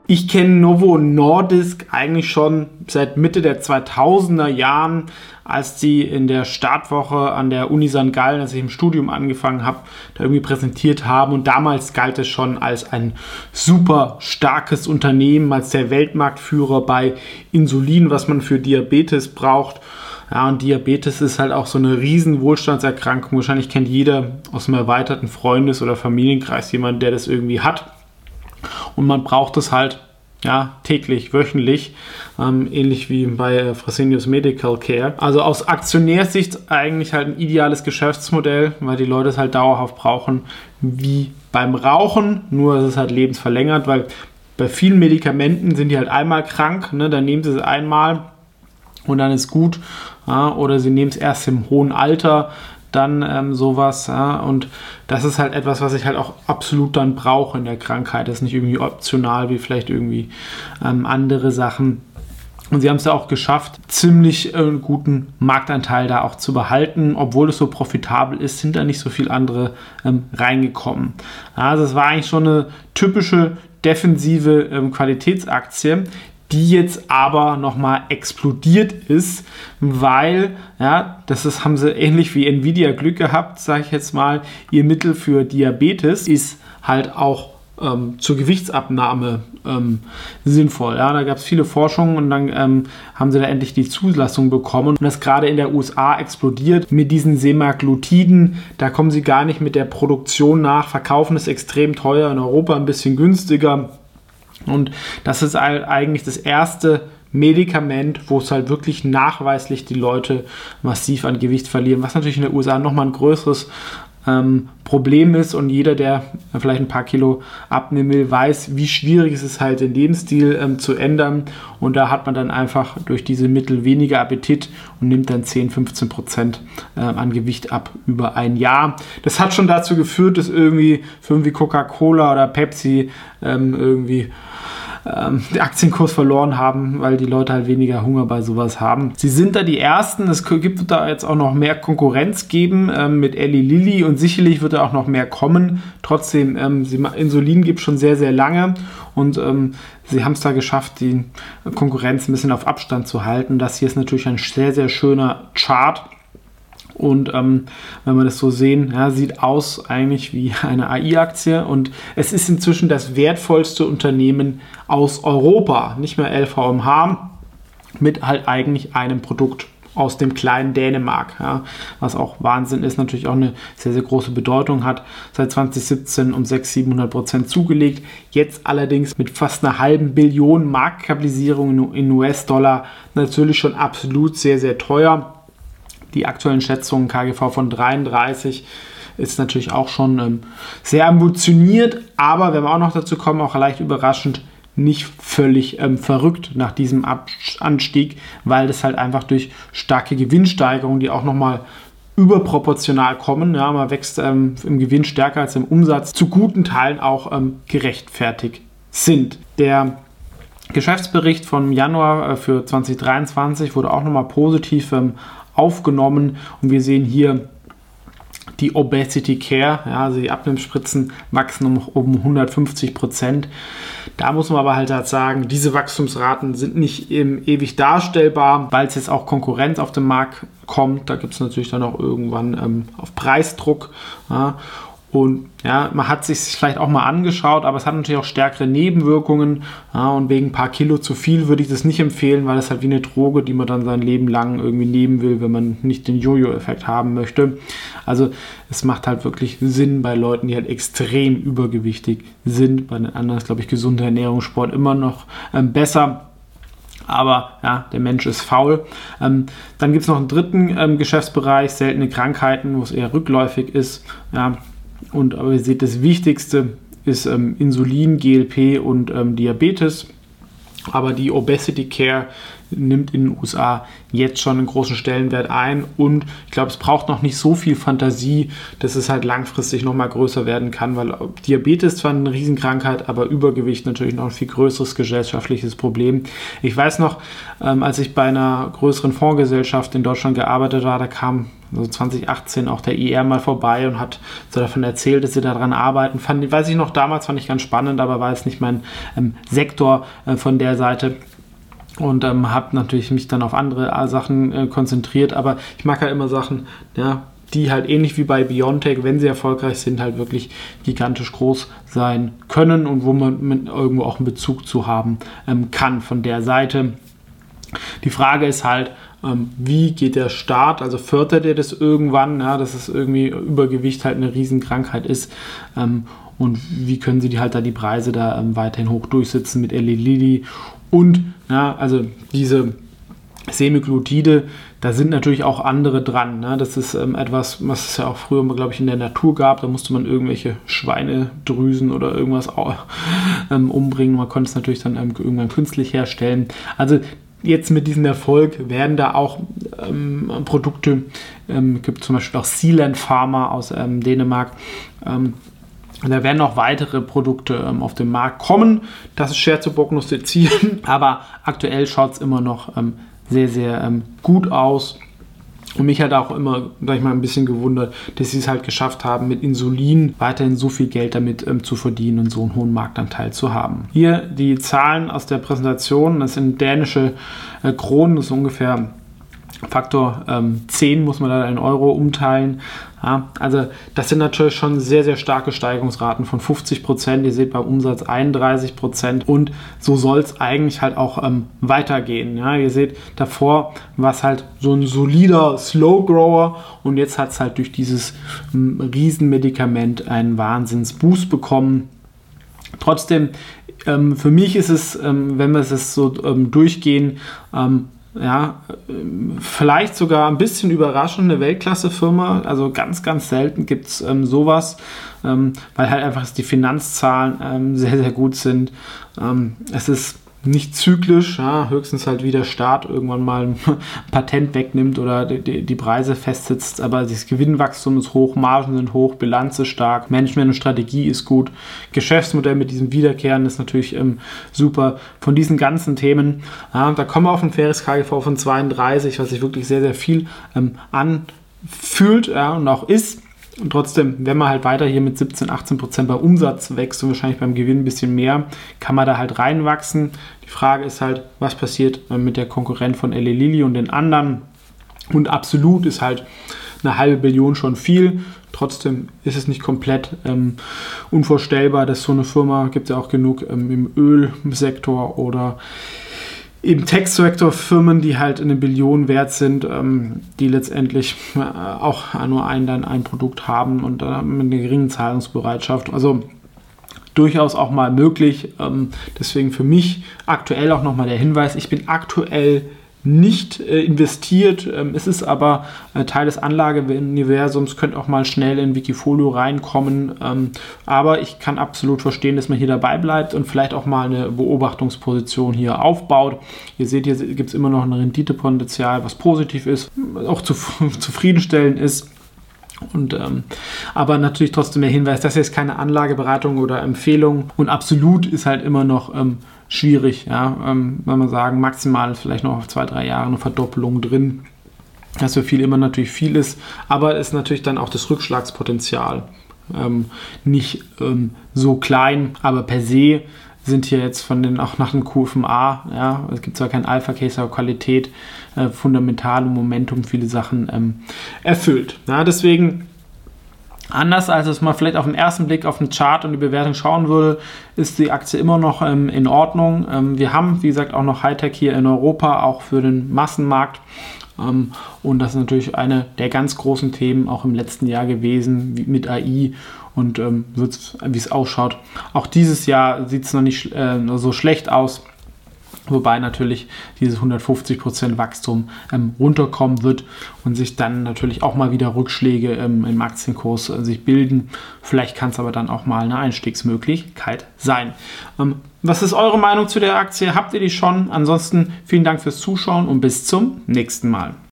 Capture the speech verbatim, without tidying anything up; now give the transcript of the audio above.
Ich kenne Novo Nordisk eigentlich schon seit Mitte der zweitausender Jahren, als die in der Startwoche an der Uni Sankt Gallen, als ich im Studium angefangen habe, da irgendwie präsentiert haben. Und damals galt es schon als ein super starkes Unternehmen, als der Weltmarktführer bei Insulin, was man für Diabetes braucht. Ja, und Diabetes ist halt auch so eine riesen Wohlstandserkrankung. Wahrscheinlich kennt jeder aus einem erweiterten Freundes- oder Familienkreis jemanden, der das irgendwie hat. Und man braucht es halt ja, täglich, wöchentlich, ähm, ähnlich wie bei äh, Fresenius Medical Care. Also aus Aktionärsicht eigentlich halt ein ideales Geschäftsmodell, weil die Leute es halt dauerhaft brauchen, wie beim Rauchen, nur ist es halt lebensverlängert, weil bei vielen Medikamenten sind die halt einmal krank, ne, dann nehmen sie es einmal und dann ist gut, ja, oder sie nehmen es erst im hohen Alter, dann ähm, sowas, ja, und das ist halt etwas, was ich halt auch absolut dann brauche in der Krankheit. Das ist nicht irgendwie optional wie vielleicht irgendwie ähm, andere Sachen. Und sie haben es ja auch geschafft, ziemlich äh, guten Marktanteil da auch zu behalten. Obwohl es so profitabel ist, sind da nicht so viele andere ähm, reingekommen. Ja, also es war eigentlich schon eine typische defensive ähm, Qualitätsaktie, die jetzt aber nochmal explodiert ist, weil, ja, das ist, haben sie ähnlich wie Nvidia Glück gehabt, sage ich jetzt mal, ihr Mittel für Diabetes ist halt auch ähm, zur Gewichtsabnahme ähm, sinnvoll. Ja, da gab es viele Forschungen und dann ähm, haben sie da endlich die Zulassung bekommen und das gerade in der U S A explodiert mit diesen Semaglutiden. Da kommen sie gar nicht mit der Produktion nach, verkaufen es extrem teuer, in Europa ein bisschen günstiger. Und das ist eigentlich das erste Medikament, wo es halt wirklich nachweislich die Leute massiv an Gewicht verlieren, was natürlich in den U S A nochmal ein größeres ähm, Problem ist. Und jeder, der vielleicht ein paar Kilo abnehmen will, weiß, wie schwierig es ist, halt den Lebensstil ähm, zu ändern. Und da hat man dann einfach durch diese Mittel weniger Appetit und nimmt dann zehn, fünfzehn Prozent äh, an Gewicht ab über ein Jahr. Das hat schon dazu geführt, dass irgendwie Firmen wie Coca-Cola oder Pepsi ähm, irgendwie den Aktienkurs verloren haben, weil die Leute halt weniger Hunger bei sowas haben. Sie sind da die Ersten, es gibt da jetzt auch noch mehr Konkurrenz geben ähm, mit Eli Lilly und sicherlich wird da auch noch mehr kommen. Trotzdem, ähm, sie, Insulin gibt es schon sehr, sehr lange und ähm, sie haben es da geschafft, die Konkurrenz ein bisschen auf Abstand zu halten. Das hier ist natürlich ein sehr, sehr schöner Chart. Und ähm, wenn wir das so sehen, ja, sieht aus eigentlich wie eine A I-Aktie und es ist inzwischen das wertvollste Unternehmen aus Europa, nicht mehr L V M H, mit halt eigentlich einem Produkt aus dem kleinen Dänemark, ja, was auch Wahnsinn ist, natürlich auch eine sehr, sehr große Bedeutung hat, seit zwanzig siebzehn um sechshundert, siebenhundert Prozent zugelegt, jetzt allerdings mit fast einer halben Billion Marktkapitalisierung in U S-Dollar natürlich schon absolut sehr, sehr teuer. Die aktuellen Schätzungen K G V von dreiunddreißig ist natürlich auch schon ähm, sehr ambitioniert, aber wenn wir auch noch dazu kommen, auch leicht überraschend, nicht völlig ähm, verrückt nach diesem Ab- Anstieg, weil das halt einfach durch starke Gewinnsteigerungen, die auch nochmal überproportional kommen, ja, man wächst ähm, im Gewinn stärker als im Umsatz, zu guten Teilen auch ähm, gerechtfertigt sind. Der Geschäftsbericht vom Januar äh, für zwanzig dreiundzwanzig wurde auch nochmal positiv ähm, aufgenommen und wir sehen hier die Obesity Care, ja, also die Abnehmspritzen wachsen um, um hundertfünfzig Prozent. Da muss man aber halt, halt sagen, diese Wachstumsraten sind nicht eben ewig darstellbar, weil es jetzt auch Konkurrenz auf den Markt kommt. Da gibt es natürlich dann auch irgendwann ähm, auf Preisdruck. Ja. Und ja, man hat sich vielleicht auch mal angeschaut, aber es hat natürlich auch stärkere Nebenwirkungen. Ja, und wegen ein paar Kilo zu viel würde ich das nicht empfehlen, weil es halt wie eine Droge, die man dann sein Leben lang irgendwie nehmen will, wenn man nicht den Jojo-Effekt haben möchte. Also es macht halt wirklich Sinn bei Leuten, die halt extrem übergewichtig sind. Bei den anderen ist, glaube ich, gesunde Ernährung, Sport immer noch ähm, besser. Aber ja, der Mensch ist faul. Ähm, dann gibt es noch einen dritten ähm, Geschäftsbereich, seltene Krankheiten, wo es eher rückläufig ist. Ja, und aber ihr seht, das Wichtigste ist ähm, Insulin, G L P und ähm, Diabetes. Aber die Obesity Care, nimmt in den U S A jetzt schon einen großen Stellenwert ein und ich glaube, es braucht noch nicht so viel Fantasie, dass es halt langfristig nochmal größer werden kann, weil Diabetes ist zwar eine Riesenkrankheit, aber Übergewicht natürlich noch ein viel größeres gesellschaftliches Problem. Ich weiß noch, ähm, als ich bei einer größeren Fondsgesellschaft in Deutschland gearbeitet war, da kam so zwanzig achtzehn auch der I R mal vorbei und hat so davon erzählt, dass sie daran arbeiten. Fand, weiß ich noch, damals fand ich ganz spannend, aber war es nicht mein ähm, Sektor äh, von der Seite. Und ähm, habe natürlich mich dann auf andere äh, Sachen äh, konzentriert, aber ich mag halt immer Sachen, ja, die halt ähnlich wie bei BioNTech, wenn sie erfolgreich sind, halt wirklich gigantisch groß sein können und wo man mit irgendwo auch einen Bezug zu haben ähm, kann von der Seite. Die Frage ist halt, ähm, wie geht der Staat, also fördert er das irgendwann, ja, dass es irgendwie Übergewicht halt eine Riesenkrankheit ist, ähm, und wie können sie die halt da die Preise da ähm, weiterhin hoch durchsetzen mit Eli Lilly und, ja, also diese Semaglutide, da sind natürlich auch andere dran. Ne? Das ist ähm, etwas, was es ja auch früher, glaube ich, in der Natur gab. Da musste man irgendwelche Schweinedrüsen oder irgendwas auch, ähm, umbringen. Man konnte es natürlich dann ähm, irgendwann künstlich herstellen. Also jetzt mit diesem Erfolg werden da auch ähm, Produkte, ähm, gibt zum Beispiel auch Zealand Pharma aus ähm, Dänemark, ähm, da werden noch weitere Produkte ähm, auf den Markt kommen. Das ist schwer zu prognostizieren, aber aktuell schaut es immer noch ähm, sehr, sehr ähm, gut aus. Und mich hat auch immer, sag ich mal, ein bisschen gewundert, dass sie es halt geschafft haben, mit Insulin weiterhin so viel Geld damit ähm, zu verdienen und so einen hohen Marktanteil zu haben. Hier die Zahlen aus der Präsentation, das sind dänische äh, Kronen, das ist ungefähr Faktor ähm, zehn, muss man da in Euro umteilen. Ja, also das sind natürlich schon sehr, sehr starke Steigerungsraten von fünfzig Prozent. Ihr seht beim Umsatz einunddreißig Prozent und so soll es eigentlich halt auch ähm, weitergehen. Ja, ihr seht, davor war es halt so ein solider Slow Grower und jetzt hat es halt durch dieses ähm, Riesenmedikament einen Wahnsinnsboost bekommen. Trotzdem, ähm, für mich ist es, ähm, wenn wir es so ähm, durchgehen, ähm, ja, vielleicht sogar ein bisschen überraschend, eine Weltklasse-Firma, also ganz, ganz selten gibt es ähm, sowas, ähm, weil halt einfach die Finanzzahlen ähm, sehr, sehr gut sind. Ähm, es ist nicht zyklisch, ja, höchstens halt wie der Staat irgendwann mal ein Patent wegnimmt oder die, die Preise festsitzt, aber das Gewinnwachstum ist hoch, Margen sind hoch, Bilanz ist stark, Management und Strategie ist gut, Geschäftsmodell mit diesem Wiederkehren ist natürlich ähm, super. Von diesen ganzen Themen, ja, da kommen wir auf ein faires K G V von zweiunddreißig, was sich wirklich sehr, sehr viel ähm, anfühlt, ja, und auch ist. Und trotzdem, wenn man halt weiter hier mit siebzehn, achtzehn Prozent beim Umsatz wächst und wahrscheinlich beim Gewinn ein bisschen mehr, kann man da halt reinwachsen. Die Frage ist halt, was passiert mit der Konkurrenz von Eli Lilly und den anderen? Und absolut ist halt eine halbe Billion schon viel. Trotzdem ist es nicht komplett ähm, unvorstellbar, dass so eine Firma, gibt es ja auch genug ähm, im Ölsektor oder im Tech-Sektor Firmen, die halt eine Billion wert sind, ähm, die letztendlich äh, auch nur ein, dann ein Produkt haben und äh, mit einer geringen Zahlungsbereitschaft. Also durchaus auch mal möglich. Ähm, deswegen für mich aktuell auch nochmal der Hinweis, ich bin aktuell nicht äh, investiert. Ähm, es ist aber äh, Teil des Anlageuniversums, könnte auch mal schnell in Wikifolio reinkommen. Ähm, aber ich kann absolut verstehen, dass man hier dabei bleibt und vielleicht auch mal eine Beobachtungsposition hier aufbaut. Ihr seht, hier gibt es immer noch ein Renditepotenzial, was positiv ist, auch zu, zufriedenstellend ist. Und, ähm, aber natürlich trotzdem der Hinweis, das ist keine Anlageberatung oder Empfehlung und absolut ist halt immer noch ähm, schwierig, ja, ähm, wenn man sagen, maximal ist vielleicht noch auf zwei, drei Jahre eine Verdoppelung drin, was für viele immer natürlich viel ist, aber ist natürlich dann auch das Rückschlagspotenzial ähm, nicht ähm, so klein, aber per se sind hier jetzt von den, auch nach dem Q F M A, ja, es gibt zwar kein Alpha-Case, aber Qualität, äh, fundamental und Momentum, viele Sachen ähm, erfüllt. Ja, deswegen, anders als es mal vielleicht auf den ersten Blick auf den Chart und die Bewertung schauen würde, ist die Aktie immer noch ähm, in Ordnung. Ähm, wir haben, wie gesagt, auch noch Hightech hier in Europa, auch für den Massenmarkt. Ähm, und das ist natürlich eine der ganz großen Themen auch im letzten Jahr gewesen, wie mit A I. Und ähm, wie es ausschaut, auch dieses Jahr sieht es noch nicht äh, so schlecht aus. Wobei natürlich dieses hundertfünfzig Prozent Wachstum ähm, runterkommen wird und sich dann natürlich auch mal wieder Rückschläge ähm, im Aktienkurs äh, sich bilden. Vielleicht kann es aber dann auch mal eine Einstiegsmöglichkeit sein. Ähm, was ist eure Meinung zu der Aktie? Habt ihr die schon? Ansonsten vielen Dank fürs Zuschauen und bis zum nächsten Mal.